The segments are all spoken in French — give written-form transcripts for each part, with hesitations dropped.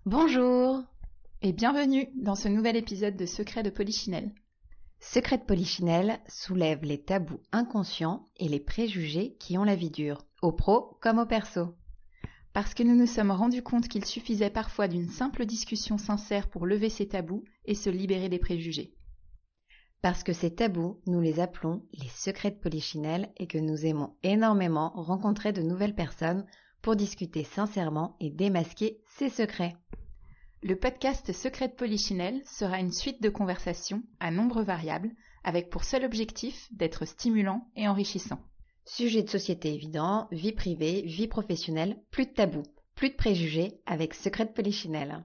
Bonjour et bienvenue dans ce nouvel épisode de Secrets de Polichinelle. Secrets de Polichinelle soulève les tabous inconscients et les préjugés qui ont la vie dure, au pro comme au perso. Parce que nous nous sommes rendus compte qu'il suffisait parfois d'une simple discussion sincère pour lever ces tabous et se libérer des préjugés. Parce que ces tabous, nous les appelons les secrets de Polichinelle et que nous aimons énormément rencontrer de nouvelles personnes pour discuter sincèrement et démasquer ces secrets. Le podcast Secrets de Polichinelle sera une suite de conversations à nombre variable avec pour seul objectif d'être stimulant et enrichissant. Sujet de société évident, vie privée, vie professionnelle, plus de tabous, plus de préjugés avec Secrets de Polichinelle.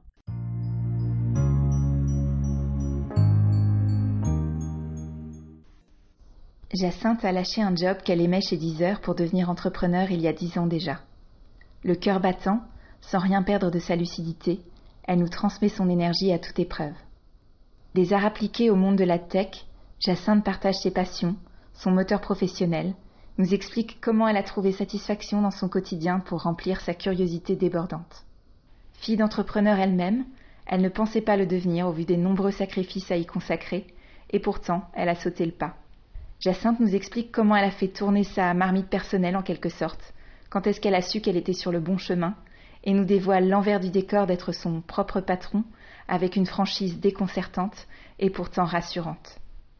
Jacinthe a lâché un job qu'elle aimait chez Deezer pour devenir entrepreneur il y a 10 ans déjà. Le cœur battant, sans rien perdre de sa lucidité, elle nous transmet son énergie à toute épreuve. Des arts appliqués au monde de la tech, Jacinthe partage ses passions, son moteur professionnel, nous explique comment elle a trouvé satisfaction dans son quotidien pour remplir sa curiosité débordante. Fille d'entrepreneur elle-même, elle ne pensait pas le devenir au vu des nombreux sacrifices à y consacrer, et pourtant elle a sauté le pas. Jacinthe nous explique comment elle a fait tourner sa marmite personnelle en quelque sorte, quand est-ce qu'elle a su qu'elle était sur le bon chemin, et nous dévoile l'envers du décor d'être son propre patron, avec une franchise déconcertante et pourtant rassurante.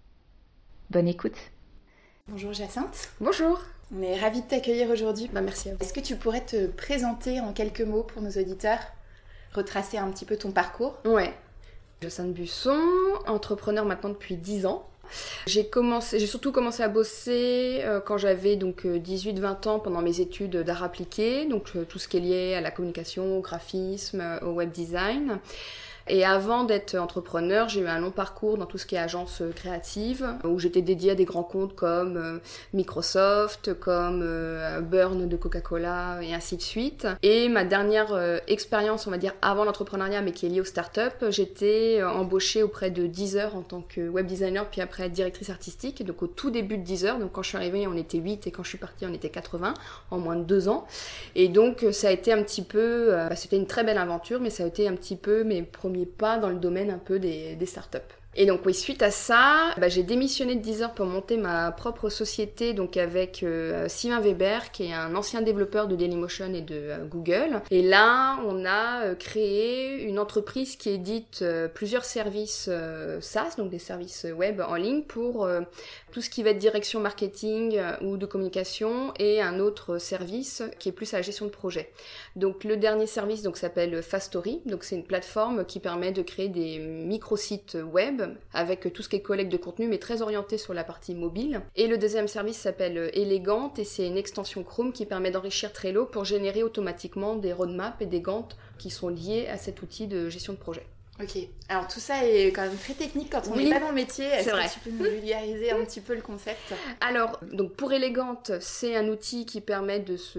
Bonne écoute. Bonjour Jacinthe. Bonjour. On est ravis de t'accueillir aujourd'hui. Merci à vous. Est-ce que tu pourrais te présenter en quelques mots pour nos auditeurs, retracer un petit peu ton parcours? Ouais. Jacinthe Busson, entrepreneur maintenant depuis 10 ans. J'ai surtout commencé à bosser quand j'avais donc 18-20 ans pendant mes études d'art appliqué, donc tout ce qui est lié à la communication, au graphisme, au web design. Et avant d'être entrepreneur, j'ai eu un long parcours dans tout ce qui est agence créative, où j'étais dédiée à des grands comptes comme Microsoft, comme Burn de Coca-Cola et ainsi de suite. Et ma dernière expérience, on va dire, avant l'entrepreneuriat, mais qui est liée aux startups, j'étais embauchée auprès de Deezer en tant que web designer, puis après directrice artistique, donc au tout début de Deezer. Donc quand je suis arrivée, on était 8, et quand je suis partie, on était 80, en moins de 2 ans. Et donc ça a été un petit peu... c'était une très belle aventure, mais ça a été un petit peu mes premiers pas dans le domaine un peu des startups. Et donc oui, suite à ça, j'ai démissionné de Deezer pour monter ma propre société, donc avec Sylvain Weber, qui est un ancien développeur de Dailymotion et de Google. Et là, on a créé une entreprise qui édite plusieurs services SaaS, donc des services web en ligne, pour tout ce qui va être direction marketing ou de communication, et un autre service qui est plus à la gestion de projet. Donc le dernier service donc s'appelle Fastory, donc c'est une plateforme qui permet de créer des micro-sites web avec tout ce qui est collecte de contenu, mais très orienté sur la partie mobile. Et le deuxième service s'appelle Elegant, et c'est une extension Chrome qui permet d'enrichir Trello pour générer automatiquement des roadmaps et des Gantt qui sont liés à cet outil de gestion de projet. Ok, alors tout ça est quand même très technique quand on n'est pas dans le métier. Est-ce que tu peux nous vulgariser un petit peu le concept? Alors, donc pour Elegant, c'est un outil qui permet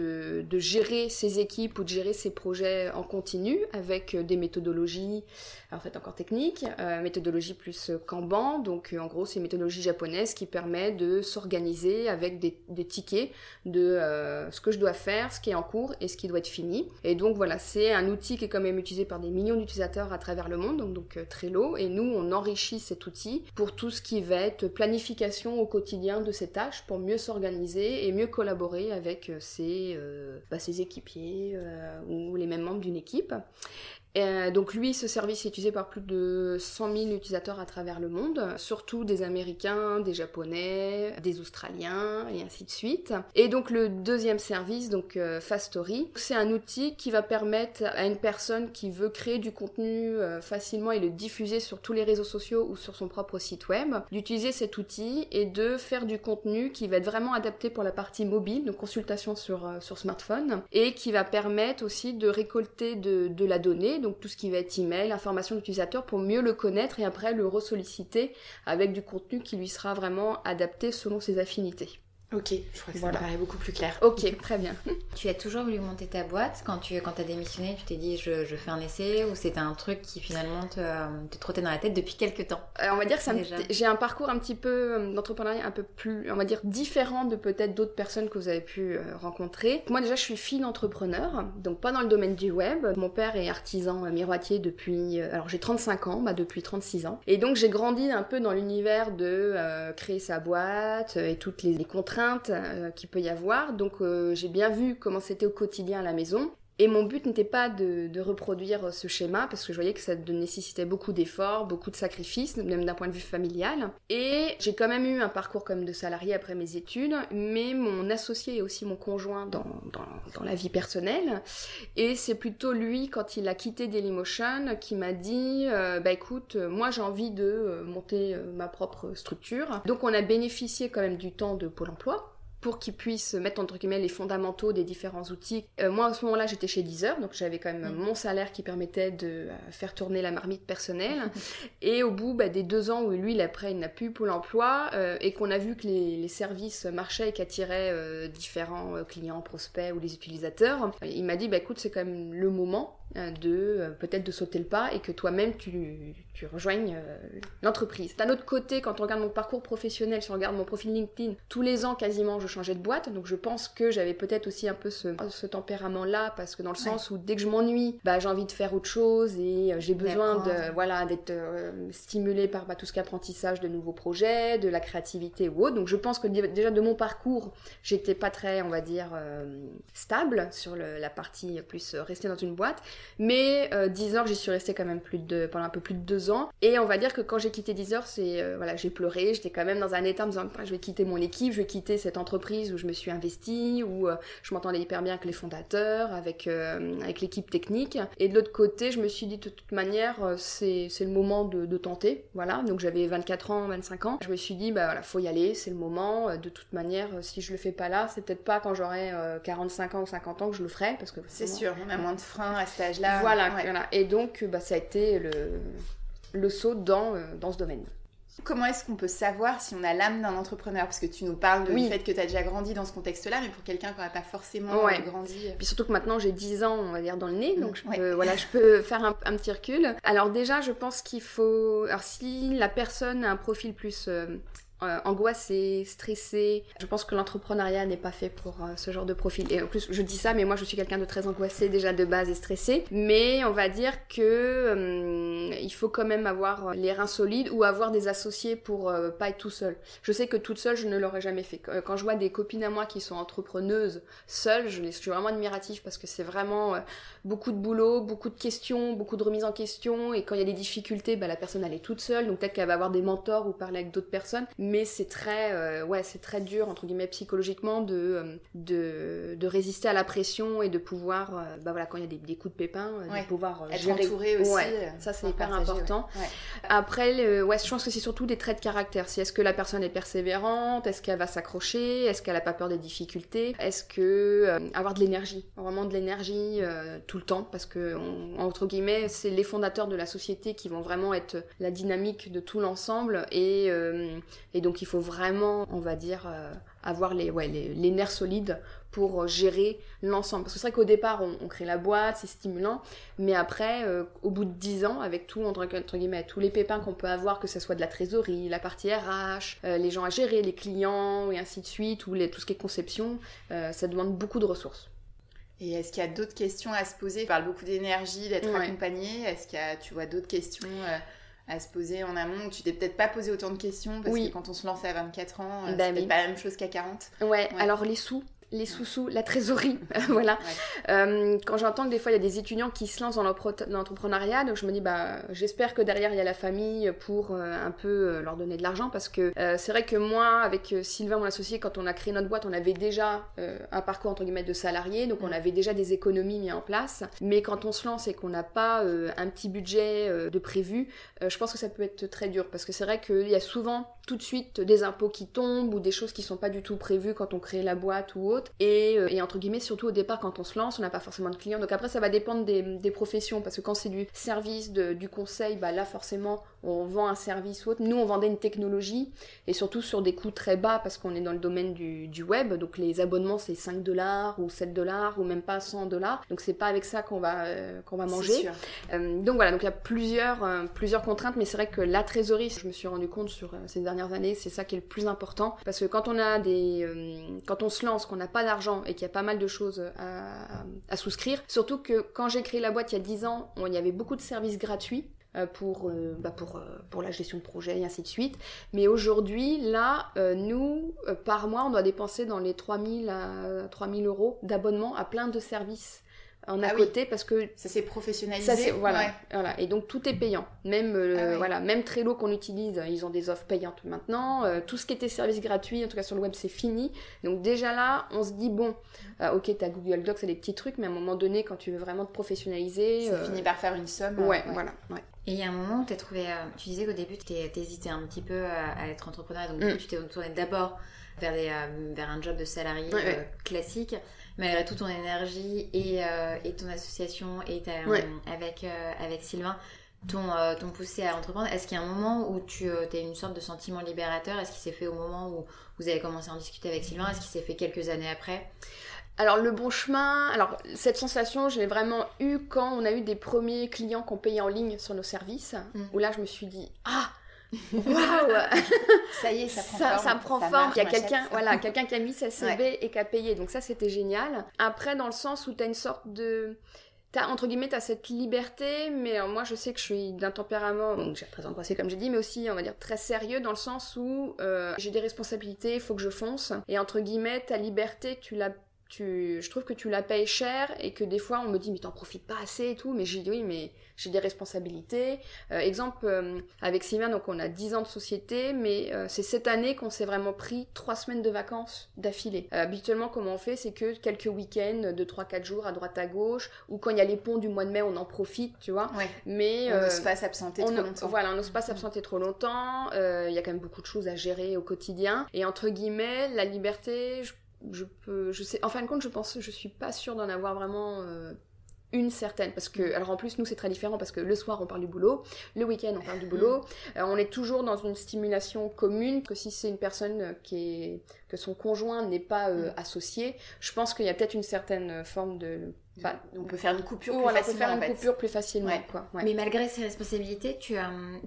de gérer ses équipes ou de gérer ses projets en continu avec des méthodologies, en fait encore techniques, méthodologie plus Kanban, donc en gros c'est une méthodologie japonaise qui permet de s'organiser avec des tickets de ce que je dois faire, ce qui est en cours et ce qui doit être fini. Et donc voilà, c'est un outil qui est quand même utilisé par des millions d'utilisateurs à travers le monde, donc Trello, et nous on enrichit cet outil pour tout ce qui va être planification au quotidien de ces tâches pour mieux s'organiser et mieux collaborer avec ses équipiers ou les mêmes membres d'une équipe. Donc lui, ce service est utilisé par plus de 100 000 utilisateurs à travers le monde, surtout des Américains, des Japonais, des Australiens et ainsi de suite. Et donc le deuxième service, donc Fastory, c'est un outil qui va permettre à une personne qui veut créer du contenu facilement et le diffuser sur tous les réseaux sociaux ou sur son propre site web, d'utiliser cet outil et de faire du contenu qui va être vraiment adapté pour la partie mobile, donc consultation sur smartphone, et qui va permettre aussi de récolter de la donnée, donc tout ce qui va être email, information d'utilisateur, pour mieux le connaître et après le ressolliciter avec du contenu qui lui sera vraiment adapté selon ses affinités. Ok, je crois que ça me paraît beaucoup plus clair. Ok, très bien. Tu as toujours voulu monter ta boîte? Quand t'as démissionné, tu t'es dit je fais un essai, ou c'était un truc qui finalement te trottait dans la tête depuis quelques temps? On va dire que j'ai un parcours un petit peu d'entrepreneuriat un peu plus, on va dire, différent de peut-être d'autres personnes que vous avez pu rencontrer. Moi déjà, je suis fille d'entrepreneur, donc pas dans le domaine du web. Mon père est artisan miroitier depuis, alors j'ai 35 ans, depuis 36 ans. Et donc j'ai grandi un peu dans l'univers de créer sa boîte et toutes les contraintes qu'il peut y avoir. Donc j'ai bien vu comment c'était au quotidien à la maison. Et mon but n'était pas de reproduire ce schéma, parce que je voyais que ça nécessitait beaucoup d'efforts, beaucoup de sacrifices, même d'un point de vue familial. Et j'ai quand même eu un parcours comme de salarié après mes études, mais mon associé est aussi mon conjoint dans la vie personnelle. Et c'est plutôt lui, quand il a quitté Dailymotion, qui m'a dit écoute, moi j'ai envie de monter ma propre structure. Donc on a bénéficié quand même du temps de Pôle emploi, pour qu'ils puissent mettre entre guillemets les fondamentaux des différents outils. Moi, à ce moment-là, j'étais chez Deezer, donc j'avais quand même mon salaire qui permettait de faire tourner la marmite personnelle. Et au bout des 2 ans où lui, après, il n'a plus Pôle emploi, et qu'on a vu que les services marchaient et qu'attiraient différents clients, prospects ou les utilisateurs, il m'a dit, écoute, c'est quand même le moment peut-être de sauter le pas et que toi-même tu rejoignes l'entreprise. D'un autre côté, quand on regarde mon parcours professionnel, si on regarde mon profil LinkedIn, tous les ans quasiment je changeais de boîte, donc je pense que j'avais peut-être aussi un peu ce tempérament-là, parce que dans le sens où dès que je m'ennuie, j'ai envie de faire autre chose et j'ai besoin d'être stimulée par tout ce qu'apprentissage de nouveaux projets, de la créativité ou autre. Donc je pense que déjà de mon parcours, j'étais pas très, on va dire, stable sur la partie plus rester dans une boîte. Mais Deezer, j'y suis restée quand même pendant un peu plus de 2 ans. Et on va dire que quand j'ai quitté Deezer, j'ai pleuré. J'étais quand même dans un état en me disant, je vais quitter mon équipe, je vais quitter cette entreprise où je me suis investie, où je m'entendais hyper bien avec les fondateurs, avec l'équipe technique. Et de l'autre côté, je me suis dit, de toute manière, c'est le moment de tenter. Voilà. Donc j'avais 24 ans, 25 ans. Je me suis dit, faut y aller, c'est le moment. De toute manière, si je le fais pas là, c'est peut-être pas quand j'aurai 45 ans ou 50 ans que je le ferai, parce que c'est sûr, on a moins de freins à cet âge-là. Voilà. Et donc, ça a été le saut dans ce domaine. Comment est-ce qu'on peut savoir si on a l'âme d'un entrepreneur? Parce que tu nous parles du fait que tu as déjà grandi dans ce contexte-là, mais pour quelqu'un qui n'a pas forcément grandi... Puis surtout que maintenant j'ai 10 ans, on va dire, dans le nez, donc je peux faire un petit recul. Alors déjà, je pense qu'il faut... Alors si la personne a un profil plus... angoissée, stressée. Je pense que l'entrepreneuriat n'est pas fait pour ce genre de profil. Et en plus, je dis ça, mais moi je suis quelqu'un de très angoissé déjà de base et stressé. Mais on va dire que il faut quand même avoir les reins solides ou avoir des associés pour pas être tout seul. Je sais que toute seule, je ne l'aurais jamais fait. Quand je vois des copines à moi qui sont entrepreneuses seules, je suis vraiment admirative parce que c'est vraiment beaucoup de boulot, beaucoup de questions, beaucoup de remises en question. Et quand il y a des difficultés, la personne elle est toute seule, donc peut-être qu'elle va avoir des mentors ou parler avec d'autres personnes. Mais c'est très dur, entre guillemets, psychologiquement de résister à la pression et de pouvoir, quand il y a des coups de pépin, de pouvoir être gérer. Entouré aussi. Ça, c'est hyper important. Ouais. Après, je pense que c'est surtout des traits de caractère. Est-ce que la personne est persévérante? Est-ce qu'elle va s'accrocher? Est-ce qu'elle a pas peur des difficultés? Est-ce que avoir de l'énergie, vraiment de l'énergie tout le temps, parce que entre guillemets, c'est les fondateurs de la société qui vont vraiment être la dynamique de tout l'ensemble et donc il faut vraiment, on va dire, avoir les nerfs solides pour gérer l'ensemble. Parce que c'est vrai qu'au départ, on crée la boîte, c'est stimulant, mais après, au bout de 10 ans, avec tout, entre guillemets, tous les pépins qu'on peut avoir, que ce soit de la trésorerie, la partie RH, les gens à gérer, les clients, et ainsi de suite, ou tout ce qui est conception, ça demande beaucoup de ressources. Et est-ce qu'il y a d'autres questions à se poser? Tu parles beaucoup d'énergie, d'être accompagné. Est-ce qu'il y a, tu vois, d'autres questions à se poser en amont, où tu t'es peut-être pas posé autant de questions, parce que quand on se lance à 24 ans, c'est peut-être pas la même chose qu'à 40. Alors les sous-sous, la trésorerie, voilà. Ouais. Quand j'entends que des fois il y a des étudiants qui se lancent dans l'entrepreneuriat, donc je me dis j'espère que derrière il y a la famille pour un peu leur donner de l'argent, parce que c'est vrai que moi avec Sylvain, mon associé, quand on a créé notre boîte, on avait déjà un parcours entre guillemets de salarié, donc on avait déjà des économies mises en place, mais quand on se lance et qu'on n'a pas un petit budget de prévu, je pense que ça peut être très dur, parce que c'est vrai qu'il y a souvent tout de suite des impôts qui tombent ou des choses qui sont pas du tout prévues quand on crée la boîte ou autre. Et entre guillemets, surtout au départ, quand on se lance, on n'a pas forcément de clients. Donc après, ça va dépendre des professions, parce que quand c'est du service, du conseil, là forcément, on vend un service ou autre. Nous, on vendait une technologie et surtout sur des coûts très bas parce qu'on est dans le domaine du web. Donc les abonnements, c'est 5$ ou 7$ ou même pas 100$. Donc c'est pas avec ça qu'on va manger. Donc voilà, donc il y a plusieurs contraintes, mais c'est vrai que la trésorerie, je me suis rendu compte sur ces dernières années, c'est ça qui est le plus important. Parce que quand on se lance, qu'on n'a pas d'argent et qu'il y a pas mal de choses à souscrire, surtout que quand j'ai créé la boîte il y a 10 ans, il y avait beaucoup de services gratuits pour la gestion de projet et ainsi de suite. Mais aujourd'hui, là, nous, par mois, on doit dépenser dans les 3 000 à 3 000 euros d'abonnement à plein de services à côté parce que ça s'est professionnalisé. Voilà. Et donc tout est payant. Même même Trello qu'on utilise, ils ont des offres payantes maintenant. Tout ce qui était service gratuit, en tout cas sur le web, c'est fini. Donc déjà là, on se dit ok, t'as Google Docs, c'est des petits trucs, mais à un moment donné, quand tu veux vraiment te professionnaliser, ça finit par faire une somme. Voilà. Et il y a un moment où t'as trouvé, tu disais qu'au début t'hésitais un petit peu à être entrepreneur, donc du coup tu t'es tournée d'abord vers un job de salarié classique. Malgré toute ton énergie et ton association et avec Sylvain t'ont poussé à entreprendre. Est-ce qu'il y a un moment où tu as une sorte de sentiment libérateur? Est-ce qu'il s'est fait au moment où vous avez commencé à en discuter avec Sylvain? Est-ce qu'il s'est fait quelques années après? Alors le bon chemin, cette sensation, je l'ai vraiment eue quand on a eu des premiers clients qu'on payait en ligne sur nos services, où là je me suis dit waouh, ça y est, ça prend forme. Il y a quelqu'un qui a mis sa CV et qui a payé. Donc ça, c'était génial. Après, dans le sens où t'as une sorte de... entre guillemets, t'as cette liberté, mais moi, je sais que je suis d'un tempérament, donc j'ai très angoissé, comme j'ai dit, mais aussi, on va dire, très sérieux, dans le sens où j'ai des responsabilités, il faut que je fonce. Et entre guillemets, ta liberté, je trouve que tu la payes cher et que des fois on me dit mais t'en profites pas assez et tout, mais j'ai dit oui, mais j'ai des responsabilités. Exemple, avec Sylvain, donc on a 10 ans de société, mais c'est cette année qu'on s'est vraiment pris 3 semaines de vacances d'affilée. Habituellement, comment on fait, c'est que quelques week-ends de 3-4 jours à droite à gauche, ou quand il y a les ponts du mois de mai, on en profite, tu vois. Mais on n'ose pas s'absenter trop longtemps. Voilà, on n'ose pas s'absenter trop longtemps. Il y a quand même beaucoup de choses à gérer au quotidien. Et entre guillemets, la liberté... je sais, en fin de compte, je suis pas sûre d'en avoir vraiment une certaine, parce que, alors en plus, nous c'est très différent, parce que le soir on parle du boulot, le week-end on parle du boulot, on est toujours dans une stimulation commune, que si c'est une personne que son conjoint n'est pas associé, je pense qu'il y a peut-être une certaine forme de... on peut faire une coupure plus facilement. Quoi. Mais malgré ces responsabilités, il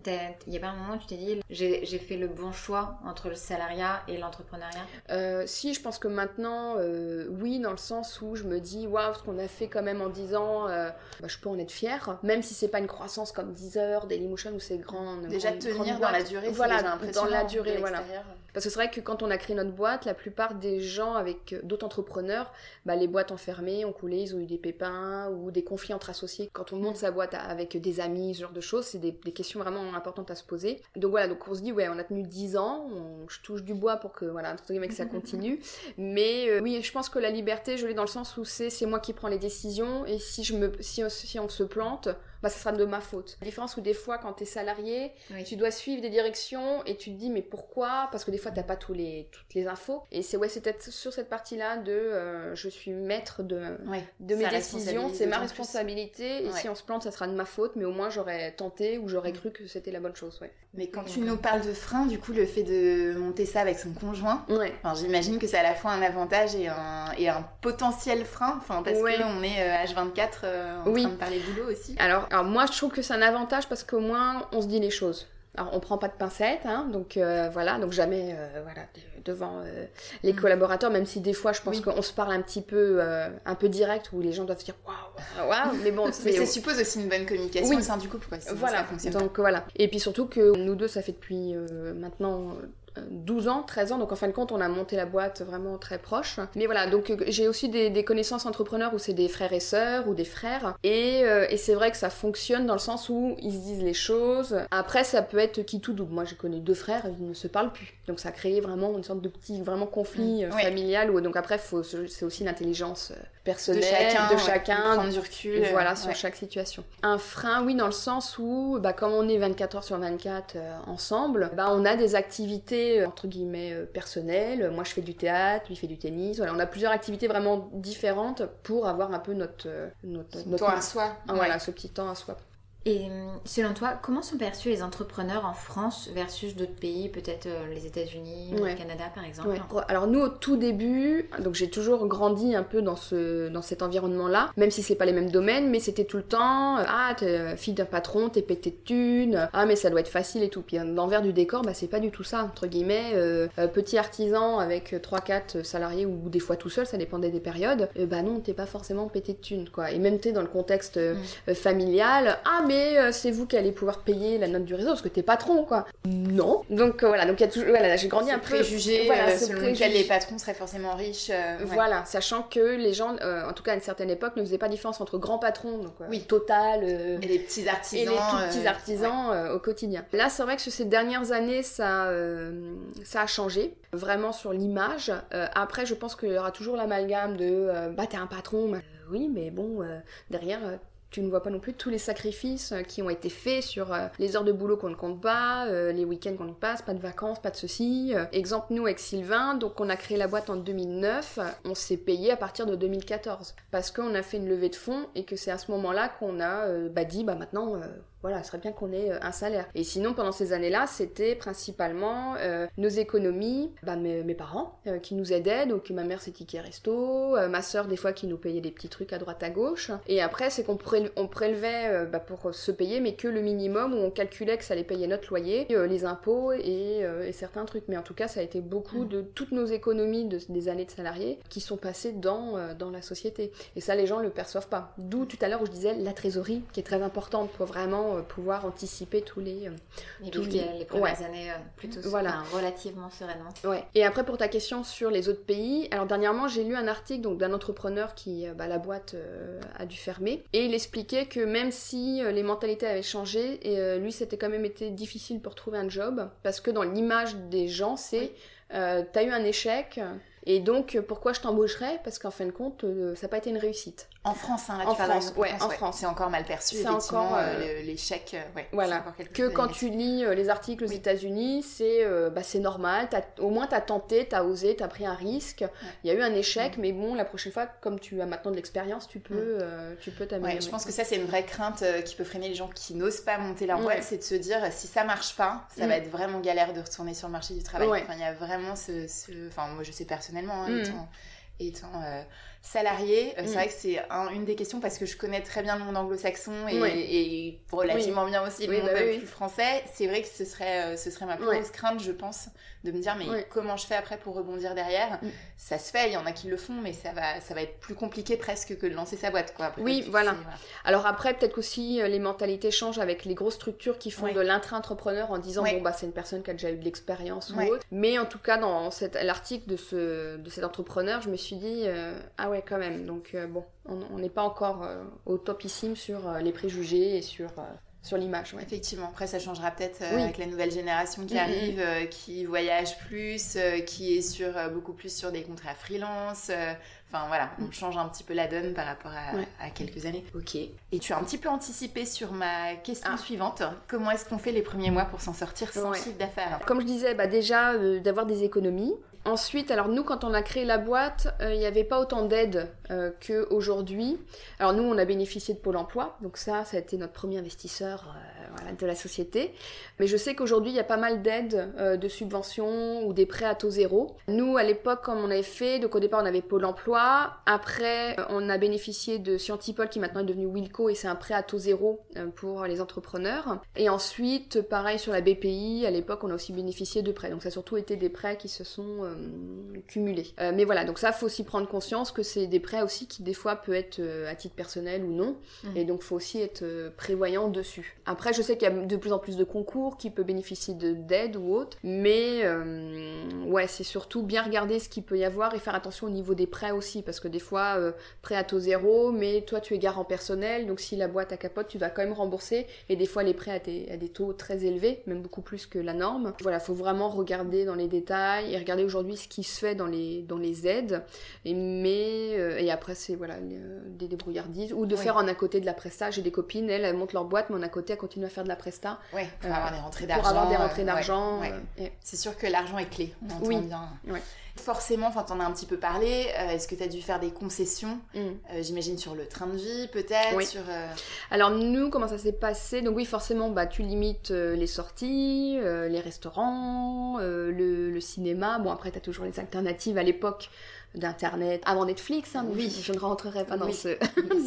y a pas un moment où tu t'es dit j'ai fait le bon choix entre le salariat et l'entrepreneuriat? Si, je pense que maintenant, oui, dans le sens où je me dis waouh, ce qu'on a fait quand même en 10 ans, je peux en être fière, même si c'est pas une croissance comme Deezer, Dailymotion ou ces grandes déjà tenir dans la durée, dans la durée, voilà. Parce que c'est vrai que quand on a créé notre boîte, la plupart des gens avec d'autres entrepreneurs, les boîtes ont fermé, ont coulé, ils ont eu des pépins ou des conflits entre associés. Quand on monte sa boîte avec des amis, ce genre de choses, c'est des questions vraiment importantes à se poser. Donc voilà, donc on se dit on a tenu 10 ans, je touche du bois pour que entre guillemets, que ça continue. Mais oui, je pense que la liberté, je l'ai dans le sens où c'est moi qui prends les décisions, et si on se plante, ça sera de ma faute. La différence où des fois, quand t'es salarié, tu dois suivre des directions et tu te dis mais pourquoi? Parce que des fois t'as pas toutes les infos. Et c'est peut-être sur cette partie-là de je suis maître de mes décisions, c'est ma responsabilité. Et si on se plante, ça sera de ma faute, mais au moins j'aurais tenté ou j'aurais cru que c'était la bonne chose. Mais quand tu nous parles de frein, du coup le fait de monter ça avec son conjoint, j'imagine que c'est à la fois un avantage et un potentiel frein, parce qu'on est H24 en train de parler boulot aussi. Alors moi je trouve que c'est un avantage parce qu'au moins on se dit les choses. Alors on prend pas de pincettes, donc donc jamais devant les collaborateurs, même si des fois je pense qu'on se parle un peu direct, où les gens doivent se dire waouh, mais bon mais ça suppose aussi une bonne communication au sein du couple, voilà, donc voilà. Et puis surtout que nous deux ça fait depuis maintenant 12 ans, 13 ans, donc en fin de compte on a monté la boîte vraiment très proche. Mais voilà, donc j'ai aussi des connaissances entrepreneurs où c'est des frères et sœurs ou des frères, et c'est vrai que ça fonctionne dans le sens où ils se disent les choses. Après ça peut être qui tout double. Moi j'ai connu 2 frères, ils ne se parlent plus, donc ça a créé vraiment une sorte de petit conflit familial, où donc après c'est aussi l'intelligence personnelle de chacun prendre du recul sur chaque situation. Un frein, oui, dans le sens où comme on est 24 heures sur 24 ensemble, on a des activités entre guillemets personnelles. Moi je fais du théâtre, lui fait du tennis, on a plusieurs activités vraiment différentes pour avoir un peu notre temps à soi. Ce petit temps à soi. Et selon toi, comment sont perçus les entrepreneurs en France versus d'autres pays, peut-être les États-Unis ou le Canada par exemple? Alors nous au tout début, donc j'ai toujours grandi un peu dans cet environnement-là, même si c'est pas les mêmes domaines, mais c'était tout le temps t'es fille d'un patron, t'es pété de thunes, mais ça doit être facile et tout. Puis l'envers du décor, c'est pas du tout ça, entre guillemets, petit artisan avec 3-4 salariés ou des fois tout seul, ça dépendait des périodes. Non, t'es pas forcément pété de thunes quoi. Et même t'es dans le contexte familial, mais c'est vous qui allez pouvoir payer la note du réseau parce que t'es patron quoi. Non. Donc voilà, donc il y a toujours j'ai grandi un peu préjugé selon lequel les patrons seraient forcément riches. Voilà, sachant que les gens en tout cas à une certaine époque ne faisaient pas différence entre grands patrons donc Total et les petits artisans et les tout petits artisans au quotidien. Là, c'est vrai que sur ces dernières années ça a changé vraiment sur l'image. Après je pense qu'il y aura toujours l'amalgame de t'es un patron, oui mais bon derrière tu ne vois pas non plus tous les sacrifices qui ont été faits sur les heures de boulot qu'on ne compte pas, les week-ends qu'on ne passe, pas de vacances, pas de ceci. Exemple, nous avec Sylvain, donc on a créé la boîte en 2009, on s'est payé à partir de 2014 parce qu'on a fait une levée de fonds et que c'est à ce moment-là qu'on a dit maintenant voilà, ce serait bien qu'on ait un salaire. Et sinon, pendant ces années-là, c'était principalement nos économies, mes parents qui nous aidaient, donc ma mère ses tickets resto, ma sœur des fois qui nous payait des petits trucs à droite à gauche. Et après, c'est qu'on prélevait pour se payer, mais que le minimum, où on calculait que ça allait payer notre loyer, les impôts et certains trucs. Mais en tout cas, ça a été beaucoup de toutes nos économies des années de salariés qui sont passées dans la société. Et ça, les gens le perçoivent pas. D'où tout à l'heure où je disais la trésorerie, qui est très importante pour vraiment pouvoir anticiper tous les premières années plutôt relativement sereinement. Et après pour ta question sur les autres pays, alors dernièrement j'ai lu un article donc d'un entrepreneur qui la boîte a dû fermer et il expliquait que même si les mentalités avaient changé et lui c'était quand même été difficile pour trouver un job parce que dans l'image des gens c'est t'as eu un échec et donc pourquoi je t'embaucherais parce qu'en fin de compte ça n'a pas été une réussite. En France, là, en France, en France. C'est encore mal perçu, c'est effectivement, l'échec, voilà, que quand tu lis les articles aux États-Unis, c'est normal, au moins t'as tenté, t'as osé, t'as pris un risque, il y a eu un échec, mais bon, la prochaine fois, comme tu as maintenant de l'expérience, tu peux t'améliorer. Je pense que ça, c'est une vraie crainte qui peut freiner les gens qui n'osent pas monter leur boîte, c'est de se dire, si ça marche pas, ça va être vraiment galère de retourner sur le marché du travail. Enfin, il y a vraiment enfin, moi, je sais personnellement, étant salarié, c'est vrai que c'est une des questions parce que je connais très bien le monde anglo-saxon et relativement bien aussi le monde plus français. C'est vrai que ce serait ma plus grosse crainte, je pense, de me dire comment je fais après pour rebondir derrière. Ça se fait, il y en a qui le font, mais ça va être plus compliqué presque que de lancer sa boîte quoi. Après, voilà. Alors après peut-être qu'aussi les mentalités changent avec les grosses structures qui font de l'intra-entrepreneur en disant c'est une personne qui a déjà eu de l'expérience ou autre. Mais en tout cas dans l'article de cet entrepreneur, je me suis dit quand même, donc on n'est pas encore au topissime sur les préjugés et sur l'image. Effectivement, après ça changera peut-être avec la nouvelle génération qui arrive, qui voyage plus, qui est beaucoup plus sur des contrats freelance. Enfin voilà, on change un petit peu la donne par rapport à quelques années. Ok. Et tu as un petit peu anticipé sur ma question suivante. Comment est-ce qu'on fait les premiers mois pour s'en sortir sans chiffre d'affaires ? Comme je disais, déjà d'avoir des économies. Ensuite, alors nous, quand on a créé la boîte, il n'y avait pas autant d'aides qu'aujourd'hui. Alors nous, on a bénéficié de Pôle emploi, donc ça a été notre premier investisseur de la société. Mais je sais qu'aujourd'hui, il y a pas mal d'aides, de subventions ou des prêts à taux zéro. Nous, à l'époque, comme on avait fait, donc au départ, on avait Pôle emploi. Après, on a bénéficié de Scientipol, qui maintenant est devenu Wilco, et c'est un prêt à taux zéro pour les entrepreneurs. Et ensuite, pareil sur la BPI, à l'époque, on a aussi bénéficié de prêts. Donc ça a surtout été des prêts qui se sont cumulés. Mais voilà, donc ça, faut aussi prendre conscience que c'est des prêts aussi qui, des fois, peut être à titre personnel ou non. Et donc, faut aussi être prévoyant dessus. Après, je sais qu'il y a de plus en plus de concours qui peuvent bénéficier d'aide ou autre, mais c'est surtout bien regarder ce qu'il peut y avoir et faire attention au niveau des prêts aussi, parce que des fois, prêt à taux zéro, mais toi tu es garant personnel, donc si la boîte à capote, tu dois quand même rembourser, et des fois les prêts à des taux très élevés, même beaucoup plus que la norme. Voilà, faut vraiment regarder dans les détails et regarder aujourd'hui ce qui se fait dans les aides, et après c'est des débrouillardises, ou de faire en à côté de la presta. J'ai des copines, elles montent leur boîte, mais en à côté elles continuent à faire de la presta. Oui, pour avoir des rentrées d'argent. Pour avoir des rentrées d'argent. C'est sûr que l'argent est clé, on entend bien. Oui. Forcément, t'en as un petit peu parlé, est-ce que tu as dû faire des concessions, j'imagine sur le train de vie peut-être sur, Alors nous, comment ça s'est passé? Donc oui, forcément, tu limites les sorties, les restaurants, le cinéma. Bon, après, tu as toujours les alternatives à l'époque d'internet avant Netflix, donc je ne rentrerai pas dans ce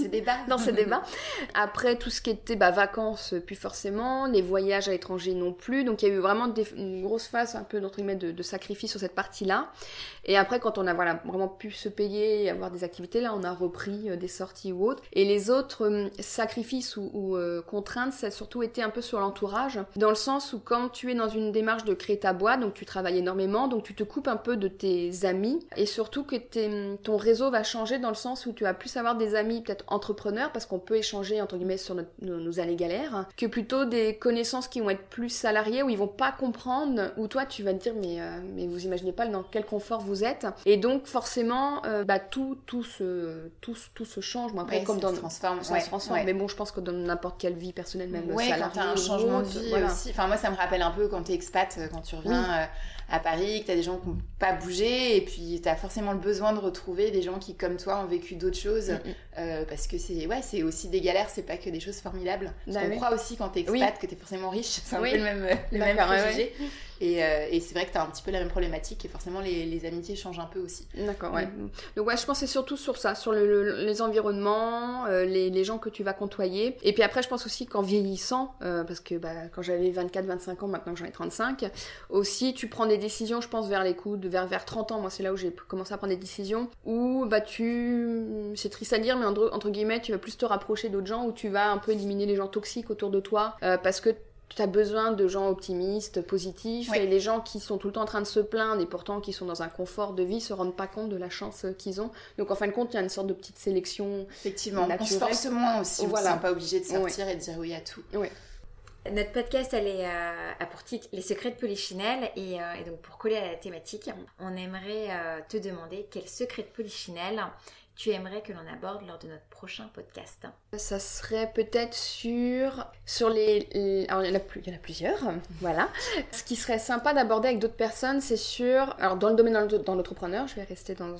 débat. Après, tout ce qui était vacances, plus forcément, les voyages à l'étranger non plus, donc il y a eu vraiment une grosse phase un peu de sacrifice sur cette partie-là. Et après, quand on a vraiment pu se payer et avoir des activités, là on a repris des sorties ou autres. Et les autres sacrifices ou contraintes, ça a surtout été un peu sur l'entourage, dans le sens où quand tu es dans une démarche de créer ta boîte, donc tu travailles énormément, donc tu te coupes un peu de tes amis, et surtout que ton réseau va changer dans le sens où tu vas plus avoir des amis peut-être entrepreneurs, parce qu'on peut échanger entre guillemets sur nos années galères, que plutôt des connaissances qui vont être plus salariées, où ils vont pas comprendre, où toi tu vas te dire mais vous imaginez pas dans quel confort vous êtes. Et donc forcément tout se change. Bon, après, comme ça se transforme. Mais bon, je pense que dans n'importe quelle vie personnelle, même salariée, quand t'as un changement de vie aussi. Enfin moi ça me rappelle un peu quand t'es expat, quand tu reviens à Paris, que t'as des gens qui n'ont pas bougé, et puis t'as forcément le besoin de retrouver des gens qui, comme toi, ont vécu d'autres choses, parce que c'est aussi des galères, c'est pas que des choses formidables. Parce qu'on croit aussi quand t'es expat que t'es forcément riche, c'est un peu le même préjugé. Et c'est vrai que t'as un petit peu la même problématique, et forcément les amitiés changent un peu aussi. D'accord, Donc je pense que c'est surtout sur ça, sur les environnements, les gens que tu vas côtoyer. Et puis après, je pense aussi qu'en vieillissant, parce que quand j'avais 24-25 ans, maintenant que j'en ai 35, aussi tu prends des décisions, je pense, vers les coups, vers 30 ans, moi c'est là où j'ai commencé à prendre des décisions, où c'est triste à dire, mais entre guillemets, tu vas plus te rapprocher d'autres gens, où tu vas un peu éliminer les gens toxiques autour de toi, parce que tu as besoin de gens optimistes, positifs, et les gens qui sont tout le temps en train de se plaindre et pourtant qui sont dans un confort de vie se rendent pas compte de la chance qu'ils ont. Donc en fin de compte, il y a une sorte de petite sélection. Effectivement, naturelle. On se force moins aussi, on n'est pas obligé de sortir et de dire oui à tout. Notre podcast, elle a pour titre Les secrets de Polichinelle, et donc pour coller à la thématique, on aimerait te demander quel secret de Polichinelle tu aimerais que l'on aborde lors de notre prochain podcast. Ça serait peut-être sur les... Alors, il y en a plusieurs, voilà. Ce qui serait sympa d'aborder avec d'autres personnes, c'est sur... Alors, dans le domaine dans l'entrepreneur, je vais rester dans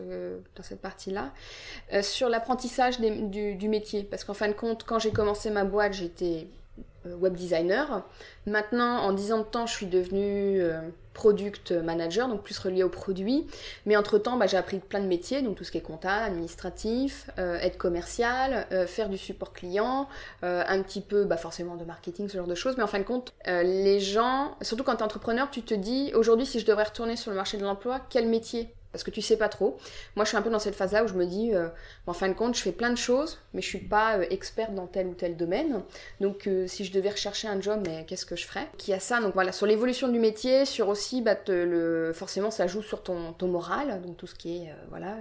cette partie-là, sur l'apprentissage du métier. Parce qu'en fin de compte, quand j'ai commencé ma boîte, j'étais web designer. Maintenant, en 10 ans de temps, je suis devenue product manager, donc plus reliée au produit. Mais entre-temps, j'ai appris plein de métiers, donc tout ce qui est comptable, administratif, aide commerciale, faire du support client, un petit peu forcément de marketing, ce genre de choses. Mais en fin de compte, les gens, surtout quand tu es entrepreneur, tu te dis, aujourd'hui, si je devrais retourner sur le marché de l'emploi, quel métier ? Parce que tu sais pas trop. Moi, je suis un peu dans cette phase-là où je me dis, en fin de compte, je fais plein de choses, mais je suis pas experte dans tel ou tel domaine. Donc, si je devais rechercher un job, mais qu'est-ce que je ferais ? Qu'il y a ça, donc voilà, sur l'évolution du métier, sur aussi, forcément, ça joue sur ton moral, donc tout ce qui est,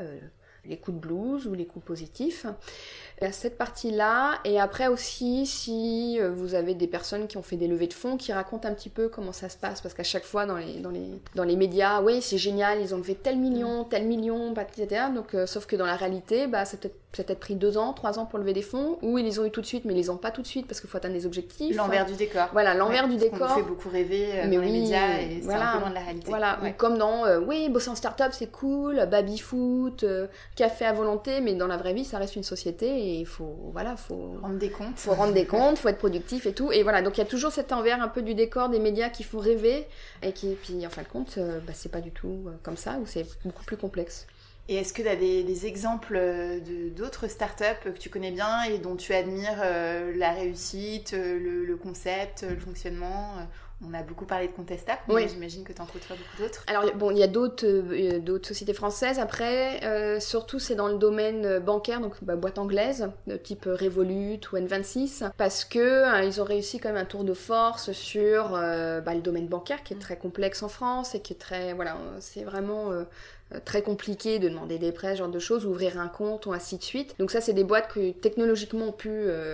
les coups de blues ou les coups positifs. Il y a cette partie-là, et après aussi, si vous avez des personnes qui ont fait des levées de fonds, qui racontent un petit peu comment ça se passe, parce qu'à chaque fois dans les médias, oui, c'est génial, ils ont levé tel million, etc. Donc, sauf que dans la réalité, ça peut-être pris 2 ans, 3 ans pour lever des fonds, ou ils les ont eu tout de suite, mais ils les ont pas tout de suite parce qu'il faut atteindre des objectifs. L'envers du décor. Voilà, l'envers du décor. On fait beaucoup rêver dans les médias, et c'est un peu loin de la réalité. Voilà, ou comme dans, bosser en start-up, c'est cool, baby-foot, café à volonté, mais dans la vraie vie, ça reste une société, et il faut rendre des comptes. Faut rendre des comptes, faut être productif et tout. Et voilà, donc il y a toujours cet envers un peu du décor des médias qui font rêver, et puis en fin de compte, c'est pas du tout comme ça, ou c'est beaucoup plus complexe. Et est-ce que tu as des exemples d'autres startups que tu connais bien et dont tu admires la réussite, le concept, le fonctionnement ? On a beaucoup parlé de Contesta, mais j'imagine que tu en côtoies beaucoup d'autres. Alors il y a d'autres sociétés françaises. Après, surtout c'est dans le domaine bancaire, donc boîte anglaise, de type Revolut ou N26, parce que ils ont réussi quand même un tour de force sur le domaine bancaire qui est très complexe en France et qui est très... Voilà, c'est vraiment... très compliqué de demander des prêts, ce genre de choses, ouvrir un compte ou ainsi de suite. Donc ça, c'est des boîtes qui technologiquement ont pu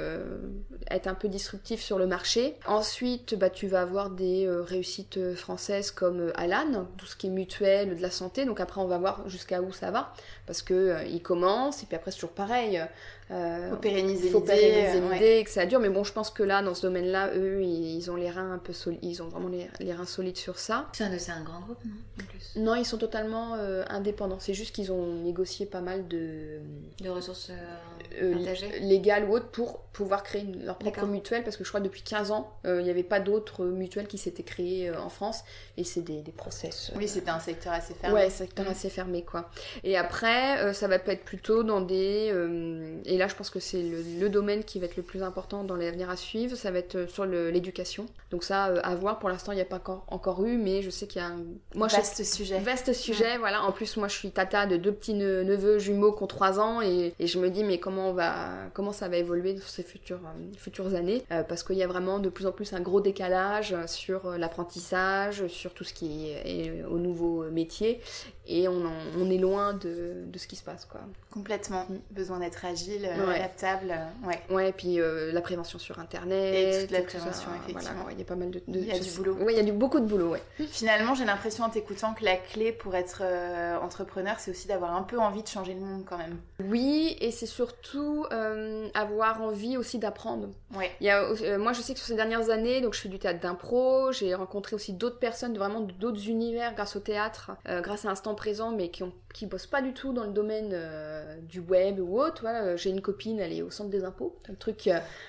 être un peu disruptives sur le marché. Ensuite, tu vas avoir des réussites françaises comme Alan, tout ce qui est mutuel, de la santé. Donc après, on va voir jusqu'à où ça va, parce que ils commencent, et puis après, c'est toujours pareil. Faut pérenniser l'idée et que ça dure, mais bon, je pense que là, dans ce domaine-là, eux, ils ont les reins un peu solides, ils ont vraiment les reins solides sur ça. C'est un grand groupe, non, en plus? Non, ils sont totalement indépendants, c'est juste qu'ils ont négocié pas mal de ressources partagées légales ou autres pour pouvoir créer leur propre mutuelle, parce que je crois que depuis 15 ans, il n'y avait pas d'autres mutuelles qui s'étaient créées en France, et c'est des process. Oui, c'était un secteur assez fermé. Ouais, secteur assez fermé, quoi. Et après, ça va peut être plutôt dans des... et là, je pense que c'est le domaine qui va être le plus important dans l'avenir à suivre, ça va être sur l'éducation. Donc ça, à voir, pour l'instant, il n'y a pas encore eu, mais je sais qu'il y a un... Vaste sujet, voilà. En plus, moi, je suis tata de 2 petits neveux jumeaux qui ont 3 ans, et je me dis, mais comment ça va évoluer dans ces futures années, parce qu'il y a vraiment de plus en plus un gros décalage sur l'apprentissage, sur tout ce qui est au nouveau métier, et on est loin de ce qui se passe, quoi. Complètement. Besoin d'être agile, adaptable. Ouais, et puis la prévention sur Internet. Et toute la prévention, effectivement. Voilà, il y a pas mal de il y a du boulot. Oui, il y a beaucoup de boulot, ouais. Finalement, j'ai l'impression en t'écoutant que la clé pour être entrepreneur, c'est aussi d'avoir un peu envie de changer le monde quand même. Oui, et c'est surtout avoir envie aussi d'apprendre. Ouais. Moi, je sais que sur ces dernières années, donc je fais du théâtre d'impro, j'ai rencontré aussi d'autres personnes, vraiment d'autres univers grâce au théâtre, grâce à Instant Présent, mais qui bossent pas du tout dans le domaine du web ou autre. Voilà, j'ai une copine, elle est au centre des impôts, un truc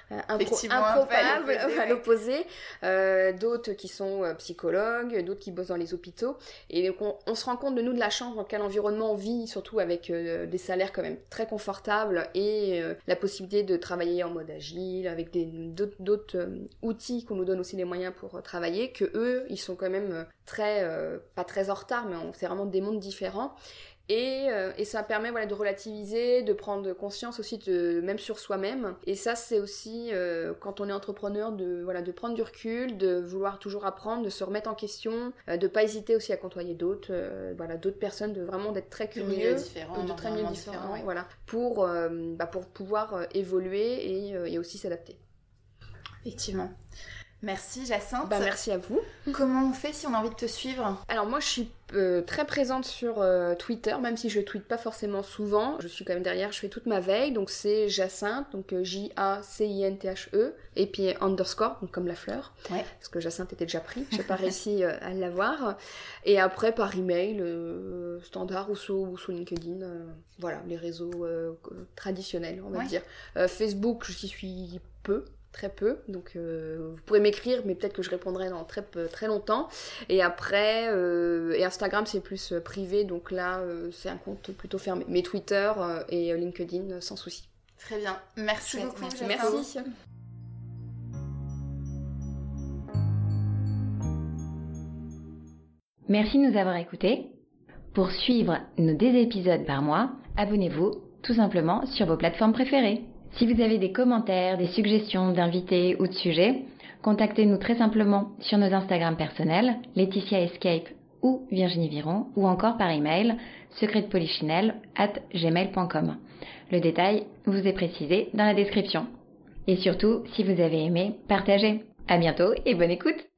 improbable à l'opposé. D'autres qui sont psychologues, d'autres qui bossent dans les hôpitaux. Et donc on se rend compte de la chance dans quel environnement on vit, surtout avec des salaires quand même très confortables et la possibilité de travailler en mode agile, avec d'autres outils qu'on nous donne aussi les moyens pour travailler, que eux, ils sont quand même pas très en retard, mais c'est vraiment des mondes différents. Et ça permet de relativiser, de prendre conscience aussi même sur soi-même. Et ça, c'est aussi quand on est entrepreneur de prendre du recul, de vouloir toujours apprendre, de se remettre en question, de pas hésiter aussi à côtoyer d'autres personnes, de vraiment d'être très curieux, de très milieux différents, voilà, pour pouvoir évoluer et aussi s'adapter. Effectivement. Merci Jacinthe. Merci à vous. Comment on fait si on a envie de te suivre ? Alors moi je suis très présente sur Twitter, même si je tweete pas forcément souvent. Je suis quand même derrière, je fais toute ma veille, donc c'est Jacinthe, donc Jacinthe, et puis underscore, donc comme la fleur, parce que Jacinthe était déjà pris, j'ai pas réussi à l'avoir. Et après par email, standard ou sous LinkedIn, voilà, les réseaux traditionnels on va dire. Facebook, j'y suis très peu, donc vous pourrez m'écrire, mais peut-être que je répondrai dans très longtemps. Et après, et Instagram c'est plus privé, donc là c'est un compte plutôt fermé. Mais Twitter et LinkedIn sans souci. Très bien, merci beaucoup. Merci. Merci de nous avoir écoutés. Pour suivre nos 2 épisodes par mois, abonnez-vous tout simplement sur vos plateformes préférées. Si vous avez des commentaires, des suggestions d'invités ou de sujets, contactez-nous très simplement sur nos Instagram personnels, Laetitia Escape ou Virginie Viron, ou encore par email secretpolichinelle@gmail.com. Le détail vous est précisé dans la description. Et surtout, si vous avez aimé, partagez. À bientôt et bonne écoute!